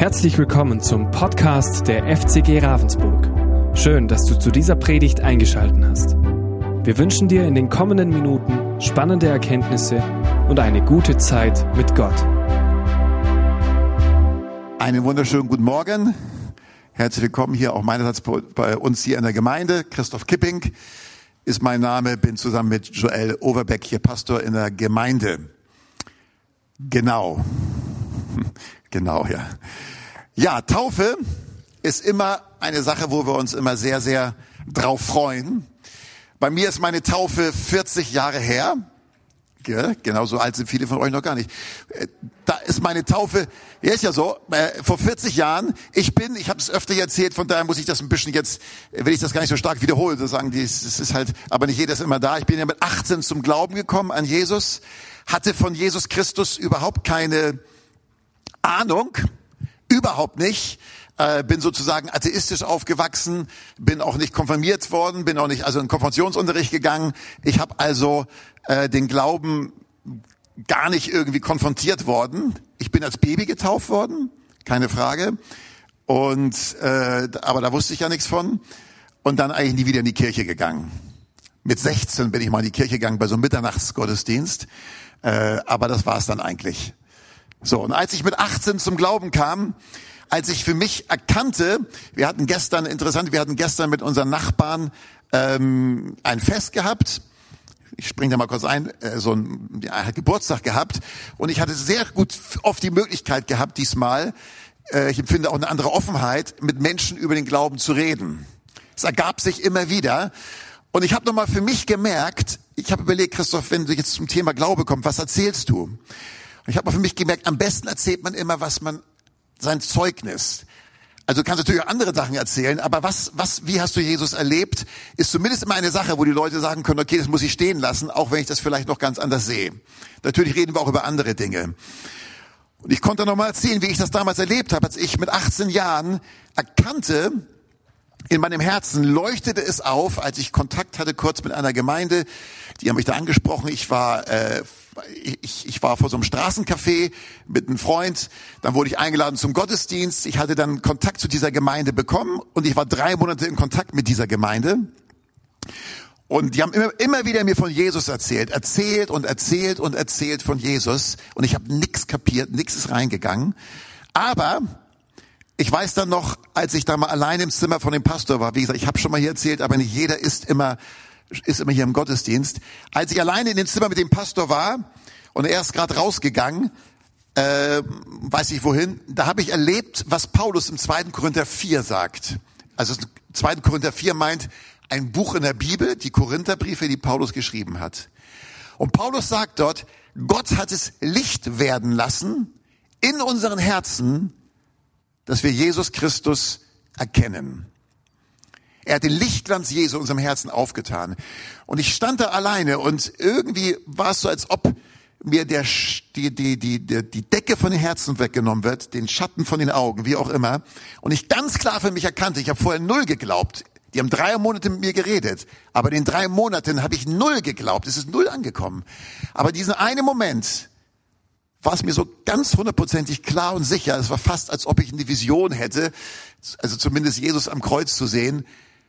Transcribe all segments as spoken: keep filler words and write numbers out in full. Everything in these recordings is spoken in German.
Herzlich willkommen zum Podcast der F C G Ravensburg. Schön, dass du zu dieser Predigt eingeschaltet hast. Wir wünschen dir in den kommenden Minuten spannende Erkenntnisse und eine gute Zeit mit Gott. Einen wunderschönen guten Morgen. Herzlich willkommen hier auch meinerseits bei uns hier in der Gemeinde. Christoph Kipping ist mein Name, bin zusammen mit Joel Overbeck hier Pastor in der Gemeinde. Genau. Genau, ja. Ja, Taufe ist immer eine Sache, wo wir uns immer sehr, sehr drauf freuen. Bei mir ist meine Taufe vierzig Jahre her. Ja, genau so alt sind viele von euch noch gar nicht. Da ist meine Taufe, ja ist ja so, äh, vor vierzig Jahren. Ich bin, ich habe es öfter erzählt, von daher muss ich das ein bisschen jetzt, will ich das gar nicht so stark wiederholen, so sagen die, es ist halt, aber nicht jeder ist immer da. Ich bin ja mit achtzehn zum Glauben gekommen an Jesus, hatte von Jesus Christus überhaupt keine Ahnung, überhaupt nicht. Äh, bin sozusagen atheistisch aufgewachsen, bin auch nicht konfirmiert worden, bin auch nicht also in Konfirmationsunterricht gegangen. Ich habe also äh, den Glauben gar nicht irgendwie konfrontiert worden. Ich bin als Baby getauft worden, keine Frage. Und äh, aber da wusste ich ja nichts von. Und dann eigentlich nie wieder in die Kirche gegangen. Mit sechzehn bin ich mal in die Kirche gegangen bei so einem Mitternachtsgottesdienst. Äh, aber das war es dann eigentlich. So, und als ich mit achtzehn zum Glauben kam, als ich für mich erkannte, wir hatten gestern, interessant, wir hatten gestern mit unseren Nachbarn ähm, ein Fest gehabt. Ich springe da mal kurz ein, äh, so ein ja, hat Geburtstag gehabt. Und ich hatte sehr gut oft die Möglichkeit gehabt diesmal, äh, ich empfinde auch eine andere Offenheit, mit Menschen über den Glauben zu reden. Es ergab sich immer wieder. Und ich habe nochmal für mich gemerkt, ich habe überlegt, Christoph, wenn du jetzt zum Thema Glaube kommst, was erzählst du? Und ich habe mal für mich gemerkt, am besten erzählt man immer, was man, sein Zeugnis. Also du kannst natürlich auch andere Sachen erzählen, aber was, was, wie hast du Jesus erlebt, ist zumindest immer eine Sache, wo die Leute sagen können, okay, das muss ich stehen lassen, auch wenn ich das vielleicht noch ganz anders sehe. Natürlich reden wir auch über andere Dinge. Und ich konnte noch mal erzählen, wie ich das damals erlebt habe, als ich mit achtzehn Jahren erkannte, in meinem Herzen leuchtete es auf, als ich Kontakt hatte kurz mit einer Gemeinde, die haben mich da angesprochen, ich war, äh, ich, ich war vor so einem Straßencafé mit einem Freund, dann wurde ich eingeladen zum Gottesdienst, ich hatte dann Kontakt zu dieser Gemeinde bekommen und ich war drei Monate in Kontakt mit dieser Gemeinde und die haben immer, immer wieder mir von Jesus erzählt, erzählt und erzählt und erzählt von Jesus und ich habe nichts kapiert, nichts ist reingegangen, aber ich weiß dann noch, als ich da mal allein im Zimmer von dem Pastor war, wie gesagt, ich habe schon mal hier erzählt, aber nicht jeder ist immer ist immer hier im Gottesdienst. Als ich alleine in dem Zimmer mit dem Pastor war und er ist gerade rausgegangen, äh, weiß ich wohin, da habe ich erlebt, was Paulus im zweiten Korinther vier sagt. Also zweiten Korinther vier meint ein Buch in der Bibel, die Korintherbriefe, die Paulus geschrieben hat. Und Paulus sagt dort, Gott hat es Licht werden lassen in unseren Herzen, dass wir Jesus Christus erkennen. Er hat den Lichtglanz Jesu in unserem Herzen aufgetan. Und ich stand da alleine und irgendwie war es so, als ob mir der, die, die, die, die Decke von den Herzen weggenommen wird, den Schatten von den Augen, wie auch immer. Und ich ganz klar für mich erkannte, ich habe vorher null geglaubt. Die haben drei Monate mit mir geredet. Aber in den drei Monaten habe ich null geglaubt. Es ist null angekommen. Aber diesen einen Moment war es mir so ganz hundertprozentig klar und sicher. Es war fast, als ob ich eine Vision hätte, also zumindest Jesus am Kreuz zu sehen.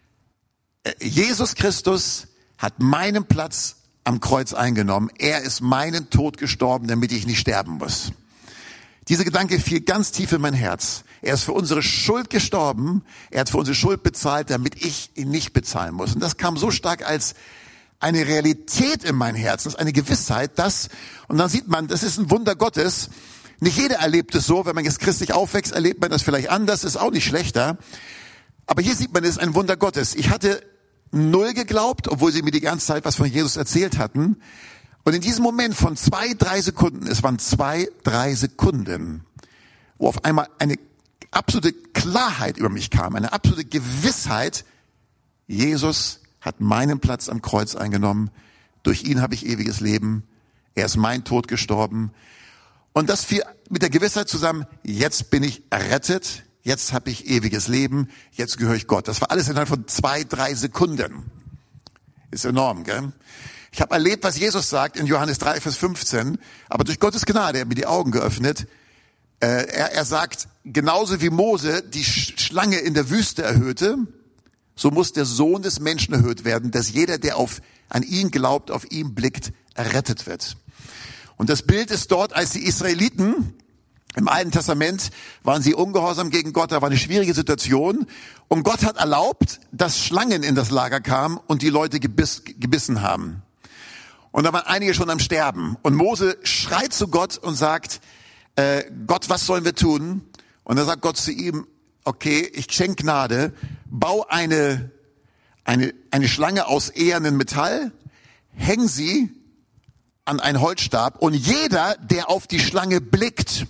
Jesus Christus hat meinen Platz am Kreuz eingenommen. Er ist meinen Tod gestorben, damit ich nicht sterben muss. Dieser Gedanke fiel ganz tief in mein Herz. Er ist für unsere Schuld gestorben. Er hat für unsere Schuld bezahlt, damit ich ihn nicht bezahlen muss. Und das kam so stark als eine Realität in mein Herz, das ist eine Gewissheit, dass, und dann sieht man, das ist ein Wunder Gottes. Nicht jeder erlebt es so, wenn man jetzt christlich aufwächst, erlebt man das vielleicht anders, ist auch nicht schlechter. Aber hier sieht man, es ist ein Wunder Gottes. Ich hatte null geglaubt, obwohl sie mir die ganze Zeit was von Jesus erzählt hatten. Und in diesem Moment von zwei, drei Sekunden, es waren zwei, drei Sekunden, wo auf einmal eine absolute Klarheit über mich kam, eine absolute Gewissheit, Jesus hat meinen Platz am Kreuz eingenommen. Durch ihn habe ich ewiges Leben. Er ist mein Tod gestorben. Und das fiel mit der Gewissheit zusammen, jetzt bin ich errettet, jetzt habe ich ewiges Leben, jetzt gehöre ich Gott. Das war alles innerhalb von zwei, drei Sekunden. Ist enorm, gell? Ich habe erlebt, was Jesus sagt in Johannes drei, Vers fünfzehn, aber durch Gottes Gnade, er hat mir die Augen geöffnet, Äh, er, er sagt, genauso wie Mose die Schlange in der Wüste erhöhte, so muss der Sohn des Menschen erhöht werden, dass jeder, der auf, an ihn glaubt, auf ihn blickt, errettet wird. Und das Bild ist dort, als die Israeliten im Alten Testament waren sie ungehorsam gegen Gott, da war eine schwierige Situation. Und Gott hat erlaubt, dass Schlangen in das Lager kamen und die Leute gebiss, gebissen haben. Und da waren einige schon am Sterben. Und Mose schreit zu Gott und sagt, äh, Gott, was sollen wir tun? Und dann sagt Gott zu ihm, okay, ich schenke Gnade, bau eine, eine, eine Schlange aus ehernem Metall, häng sie an einen Holzstab und jeder, der auf die Schlange blickt,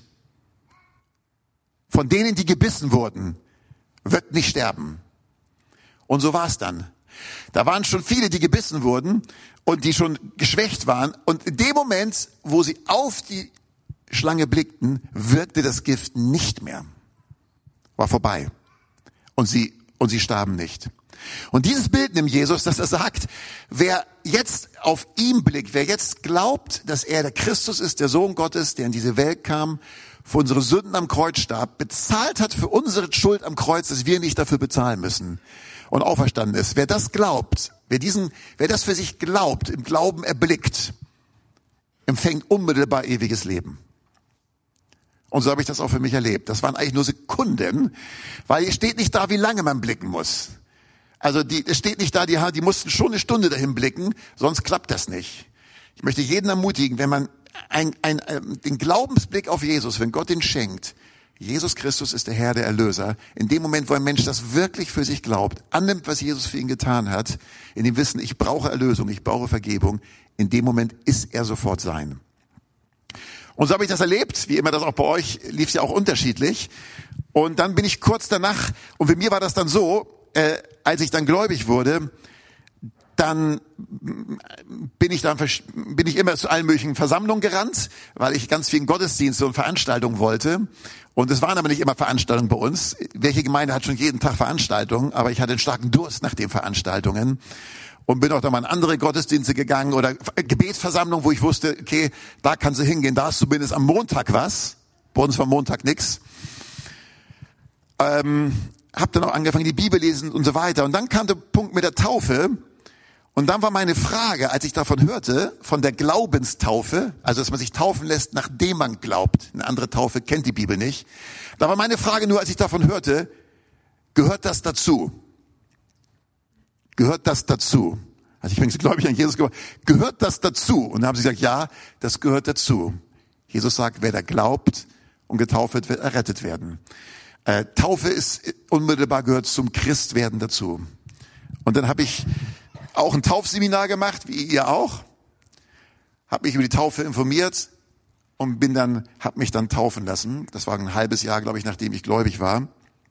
von denen, die gebissen wurden, wird nicht sterben. Und so war es dann. Da waren schon viele, die gebissen wurden und die schon geschwächt waren. Und in dem Moment, wo sie auf die Schlange blickten, wirkte das Gift nicht mehr. War vorbei. Und sie, und sie starben nicht. Und dieses Bild nimmt Jesus, dass er sagt, wer jetzt auf ihn blickt, wer jetzt glaubt, dass er der Christus ist, der Sohn Gottes, der in diese Welt kam, für unsere Sünden am Kreuz starb, bezahlt hat für unsere Schuld am Kreuz, dass wir nicht dafür bezahlen müssen und auferstanden ist. Wer das glaubt, wer diesen, wer das für sich glaubt, im Glauben erblickt, empfängt unmittelbar ewiges Leben. Und so habe ich das auch für mich erlebt. Das waren eigentlich nur Sekunden, weil es steht nicht da, wie lange man blicken muss. Also die, es steht nicht da, die, die mussten schon eine Stunde dahin blicken, sonst klappt das nicht. Ich möchte jeden ermutigen, wenn man ein, ein, ein, den Glaubensblick auf Jesus, wenn Gott den schenkt, Jesus Christus ist der Herr, der Erlöser, in dem Moment, wo ein Mensch das wirklich für sich glaubt, annimmt, was Jesus für ihn getan hat, in dem Wissen, ich brauche Erlösung, ich brauche Vergebung, in dem Moment ist er sofort sein. Und so habe ich das erlebt, wie immer das auch bei euch, lief es ja auch unterschiedlich. Und dann bin ich kurz danach, und für mir war das dann so, äh, als ich dann gläubig wurde, dann bin ich dann bin ich immer zu allen möglichen Versammlungen gerannt, weil ich ganz vielen Gottesdienste und Veranstaltungen wollte. Und es waren aber nicht immer Veranstaltungen bei uns. Welche Gemeinde hat schon jeden Tag Veranstaltungen? Aber ich hatte einen starken Durst nach den Veranstaltungen und bin auch dann mal in andere Gottesdienste gegangen oder Gebetsversammlungen, wo ich wusste, okay, da kannst du hingehen, da ist zumindest am Montag was. Bei uns war Montag nix. Ähm, hab dann auch angefangen, die Bibel lesen und so weiter. Und dann kam der Punkt mit der Taufe. Und dann war meine Frage, als ich davon hörte, von der Glaubenstaufe, also dass man sich taufen lässt, nachdem man glaubt. Eine andere Taufe kennt die Bibel nicht. Da war meine Frage nur, als ich davon hörte, gehört das dazu? Gehört das dazu? Also ich bin gläubig an Jesus geworden. Gehört das dazu? Und dann haben sie gesagt, ja, das gehört dazu. Jesus sagt, wer da glaubt und getauft wird, wird errettet werden. Äh, Taufe ist unmittelbar gehört zum Christwerden dazu. Und dann habe ich auch ein Taufseminar gemacht, wie ihr auch. Habe mich über die Taufe informiert und bin dann, habe mich dann taufen lassen. Das war ein halbes Jahr, glaube ich, nachdem ich gläubig war.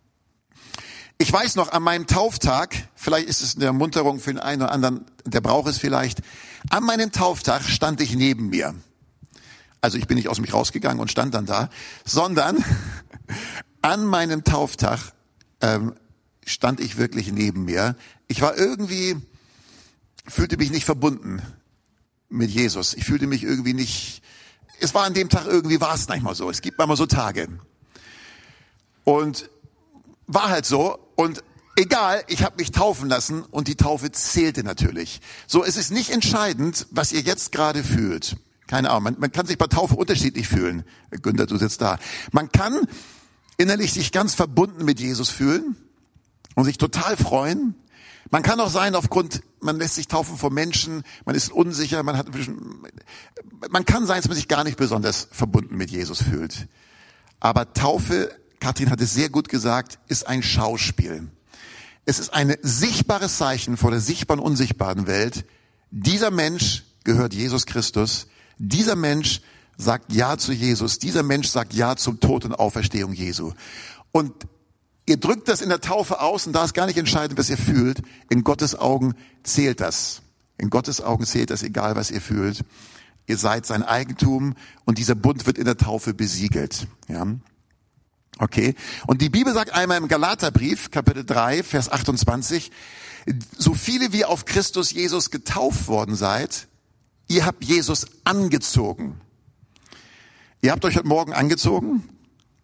Ich weiß noch, an meinem Tauftag, vielleicht ist es eine Ermunterung für den einen oder anderen, der braucht es vielleicht, an meinem Tauftag stand ich neben mir. Also ich bin nicht aus mich rausgegangen und stand dann da, sondern an meinem Tauftag ähm, stand ich wirklich neben mir. Ich war irgendwie, fühlte mich nicht verbunden mit Jesus. Ich fühlte mich irgendwie nicht, es war an dem Tag irgendwie, war es manchmal so. Es gibt manchmal so Tage. Und war halt so. Und egal, ich habe mich taufen lassen und die Taufe zählte natürlich. So, es ist nicht entscheidend, was ihr jetzt gerade fühlt. Keine Ahnung, man, man kann sich bei Taufe unterschiedlich fühlen. Günther, du sitzt da. Man kann innerlich sich ganz verbunden mit Jesus fühlen und sich total freuen. Man kann auch sein, aufgrund, man lässt sich taufen vor Menschen, man ist unsicher, man hat, man kann sein, dass man sich gar nicht besonders verbunden mit Jesus fühlt. Aber Taufe, Katrin hat es sehr gut gesagt, ist ein Schauspiel. Es ist ein sichtbares Zeichen vor der sichtbaren, unsichtbaren Welt. Dieser Mensch gehört Jesus Christus. Dieser Mensch sagt Ja zu Jesus. Dieser Mensch sagt Ja zum Tod und Auferstehung Jesu. Und ihr drückt das in der Taufe aus und da ist gar nicht entscheidend, was ihr fühlt. In Gottes Augen zählt das. In Gottes Augen zählt das, egal was ihr fühlt. Ihr seid sein Eigentum und dieser Bund wird in der Taufe besiegelt. Ja. Okay. Und die Bibel sagt einmal im Galaterbrief, Kapitel drei, Vers achtundzwanzig, so viele wie auf Christus Jesus getauft worden seid, ihr habt Jesus angezogen. Ihr habt euch heute Morgen angezogen?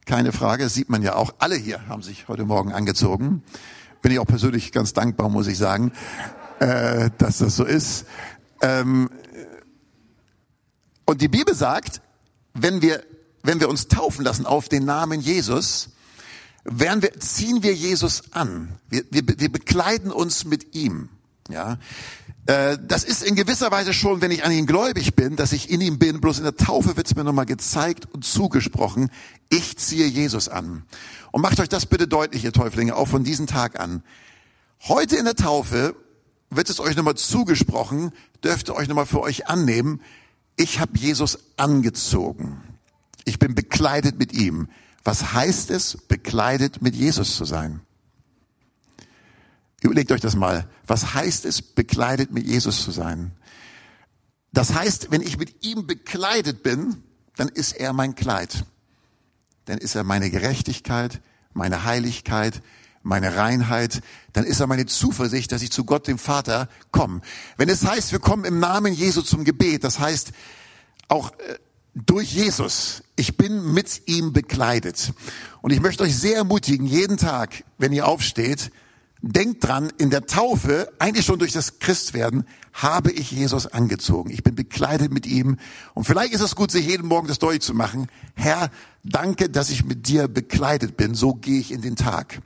keine Frage. Das sieht man ja auch. Alle hier haben sich heute Morgen angezogen. Bin ich auch persönlich ganz dankbar, muss ich sagen, äh, dass das so ist. Ähm, und die Bibel sagt, wenn wir, wenn wir uns taufen lassen auf den Namen Jesus, werden wir, ziehen wir Jesus an. Wir, wir, wir bekleiden uns mit ihm. Ja, äh, das ist in gewisser Weise schon, wenn ich an ihn gläubig bin, dass ich in ihm bin. Bloß in der Taufe wird es mir nochmal gezeigt und zugesprochen. Ich ziehe Jesus an. Und macht euch das bitte deutlich, ihr Täuflinge, auch von diesem Tag an. Heute in der Taufe wird es euch nochmal zugesprochen, dürft ihr euch nochmal für euch annehmen. Ich habe Jesus angezogen. Ich bin bekleidet mit ihm. Was heißt es, bekleidet mit Jesus zu sein? Überlegt euch das mal. Was heißt es, bekleidet mit Jesus zu sein? Das heißt, wenn ich mit ihm bekleidet bin, dann ist er mein Kleid. Dann ist er meine Gerechtigkeit, meine Heiligkeit, meine Reinheit. Dann ist er meine Zuversicht, dass ich zu Gott, dem Vater, komme. Wenn es heißt, wir kommen im Namen Jesu zum Gebet, das heißt auch äh, durch Jesus. Ich bin mit ihm bekleidet. Und ich möchte euch sehr ermutigen, jeden Tag, wenn ihr aufsteht, denkt dran, in der Taufe, eigentlich schon durch das Christwerden, habe ich Jesus angezogen. Ich bin bekleidet mit ihm. Und vielleicht ist es gut, sich jeden Morgen das deutlich zu machen. Herr, danke, dass ich mit dir bekleidet bin. So gehe ich in den Tag.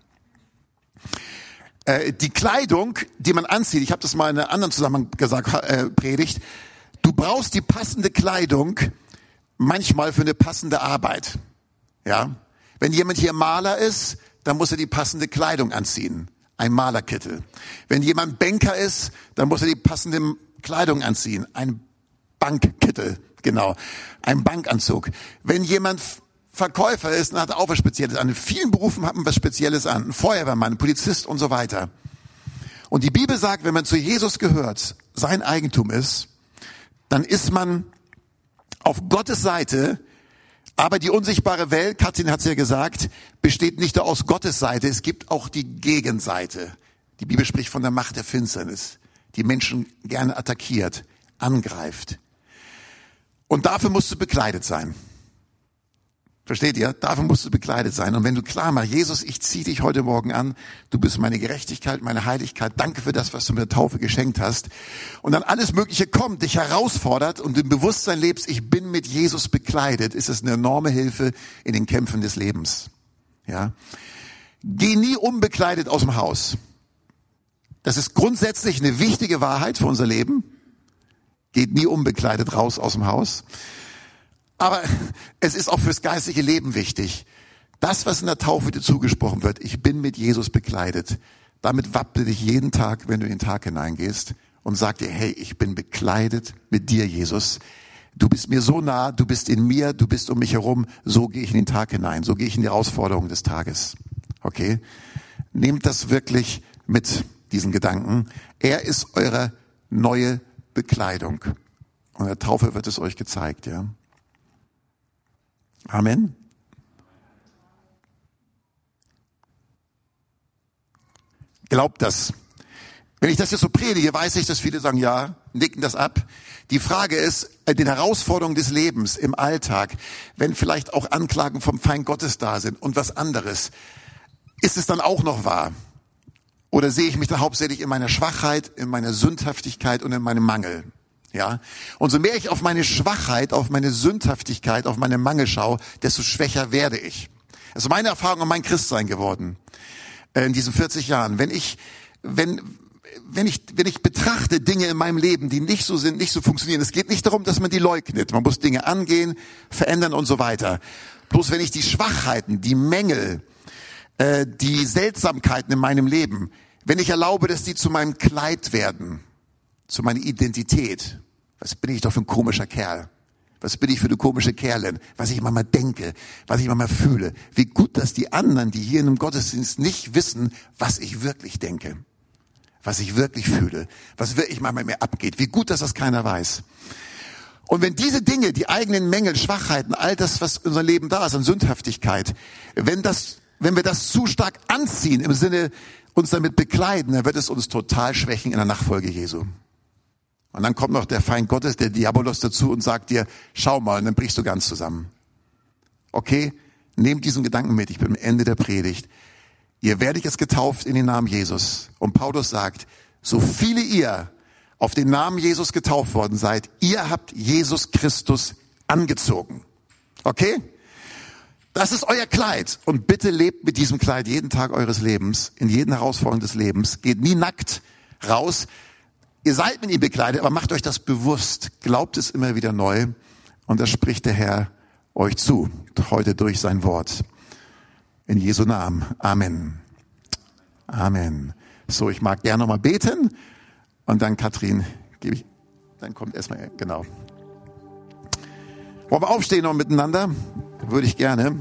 Äh, die Kleidung, die man anzieht, ich habe das mal in einem anderen Zusammenhang gesagt, äh, predigt, du brauchst die passende Kleidung manchmal für eine passende Arbeit. Ja, wenn jemand hier Maler ist, dann muss er die passende Kleidung anziehen. Ein Malerkittel. Wenn jemand Banker ist, dann muss er die passende Kleidung anziehen. Ein Bankkittel, genau. Ein Bankanzug. Wenn jemand Verkäufer ist, dann hat er auch was Spezielles an. In vielen Berufen hat man was Spezielles an. Ein Feuerwehrmann, ein Polizist und so weiter. Und die Bibel sagt, wenn man zu Jesus gehört, sein Eigentum ist, dann ist man auf Gottes Seite. Aber die unsichtbare Welt, Katrin hat es ja gesagt, besteht nicht nur aus Gottes Seite, es gibt auch die Gegenseite. Die Bibel spricht von der Macht der Finsternis, die Menschen gerne attackiert, angreift. Und dafür musst du bekleidet sein. Versteht ihr? Dafür musst du bekleidet sein. Und wenn du klar machst, Jesus, ich ziehe dich heute Morgen an, du bist meine Gerechtigkeit, meine Heiligkeit, danke für das, was du mir der Taufe geschenkt hast. Und dann alles Mögliche kommt, dich herausfordert und du im Bewusstsein lebst, ich bin mit Jesus bekleidet, ist es eine enorme Hilfe in den Kämpfen des Lebens. Ja? Geh nie unbekleidet aus dem Haus. Das ist grundsätzlich eine wichtige Wahrheit für unser Leben. Geht nie unbekleidet raus aus dem Haus. Aber es ist auch fürs geistliche Leben wichtig. Das, was in der Taufe dir zugesprochen wird, ich bin mit Jesus bekleidet. Damit wappne dich jeden Tag, wenn du in den Tag hineingehst und sag dir, hey, ich bin bekleidet mit dir, Jesus. Du bist mir so nah, du bist in mir, du bist um mich herum. So gehe ich in den Tag hinein. So gehe ich in die Herausforderung des Tages. Okay? Nehmt das wirklich mit, diesen Gedanken. Er ist eure neue Bekleidung. Und in der Taufe wird es euch gezeigt, ja. Amen. Glaubt das. Wenn ich das jetzt so predige, weiß ich, dass viele sagen, ja, nicken das ab. Die Frage ist, den Herausforderungen des Lebens im Alltag, wenn vielleicht auch Anklagen vom Feind Gottes da sind und was anderes, ist es dann auch noch wahr? Oder sehe ich mich dann hauptsächlich in meiner Schwachheit, in meiner Sündhaftigkeit und in meinem Mangel? Ja, und so mehr ich auf meine Schwachheit, auf meine Sündhaftigkeit, auf meine Mangel schaue, desto schwächer werde ich. Das ist meine Erfahrung und mein Christsein geworden äh, in diesen vierzig Jahren. Wenn ich, wenn, wenn ich, wenn ich betrachte Dinge in meinem Leben, die nicht so sind, nicht so funktionieren. Es geht nicht darum, dass man die leugnet. Man muss Dinge angehen, verändern und so weiter. Bloß wenn ich die Schwachheiten, die Mängel, äh, die Seltsamkeiten in meinem Leben, wenn ich erlaube, dass die zu meinem Kleid werden, zu meiner Identität. Was bin ich doch für ein komischer Kerl? Was bin ich für eine komische Kerlin? Was ich manchmal denke, was ich manchmal fühle. Wie gut, dass die anderen, die hier in einem Gottesdienst nicht wissen, was ich wirklich denke. Was ich wirklich fühle. Was wirklich manchmal mir abgeht. Wie gut, dass das keiner weiß. Und wenn diese Dinge, die eigenen Mängel, Schwachheiten, all das, was in unserem Leben da ist, an Sündhaftigkeit, wenn das, wenn wir das zu stark anziehen, im Sinne uns damit bekleiden, dann wird es uns total schwächen in der Nachfolge Jesu. Und dann kommt noch der Feind Gottes, der Diabolos dazu und sagt dir, schau mal, und dann brichst du ganz zusammen. Okay? nehmt diesen Gedanken mit, ich bin am Ende der Predigt. Ihr werdet jetzt getauft in den Namen Jesus. Und Paulus sagt, so viele ihr auf den Namen Jesus getauft worden seid, ihr habt Jesus Christus angezogen. Okay? Das ist euer Kleid. Und bitte lebt mit diesem Kleid jeden Tag eures Lebens, in jeden Herausforderung des Lebens. Geht nie nackt raus. Ihr seid mit ihm bekleidet, aber macht euch das bewusst. Glaubt es immer wieder neu. Und das spricht der Herr euch zu, heute durch sein Wort. In Jesu Namen. Amen. Amen. So, ich mag gerne nochmal beten. Und dann, Katrin, gebe ich, dann kommt erstmal, genau. Wollen wir aufstehen noch miteinander? Würde ich gerne.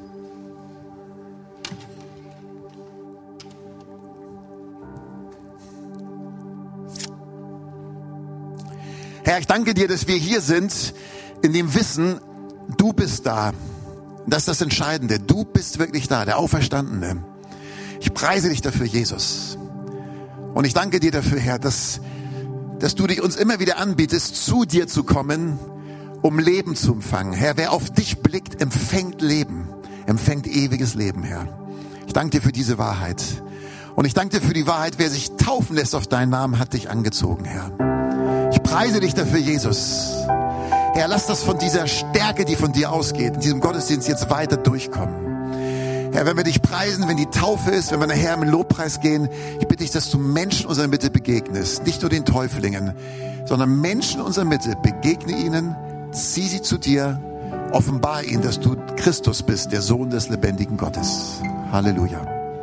Herr, ich danke dir, dass wir hier sind, in dem Wissen, du bist da. Das ist das Entscheidende. Du bist wirklich da, der Auferstandene. Ich preise dich dafür, Jesus. Und ich danke dir dafür, Herr, dass, dass du dich uns immer wieder anbietest, zu dir zu kommen, um Leben zu empfangen. Herr, wer auf dich blickt, empfängt Leben, empfängt ewiges Leben, Herr. Ich danke dir für diese Wahrheit. Und ich danke dir für die Wahrheit, wer sich taufen lässt auf deinen Namen, hat dich angezogen, Herr. Ich preise dich dafür, Jesus. Herr, lass das von dieser Stärke, die von dir ausgeht, in diesem Gottesdienst jetzt weiter durchkommen. Herr, wenn wir dich preisen, wenn die Taufe ist, wenn wir nachher im Lobpreis gehen, ich bitte dich, dass du Menschen in unserer Mitte begegnest. Nicht nur den Täuflingen, sondern Menschen in unserer Mitte. Begegne ihnen, zieh sie zu dir, offenbar ihnen, dass du Christus bist, der Sohn des lebendigen Gottes. Halleluja.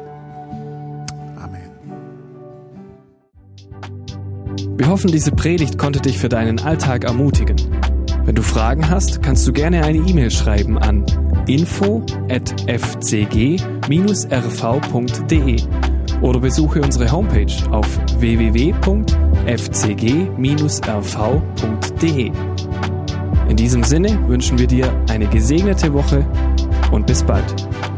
Amen. Wir hoffen, diese Predigt konnte dich für deinen Alltag ermutigen. Wenn du Fragen hast, kannst du gerne eine E-Mail schreiben an info at f c g dash r v punkt d e oder besuche unsere Homepage auf w w w punkt f c g dash r v punkt d e. In diesem Sinne wünschen wir dir eine gesegnete Woche und bis bald.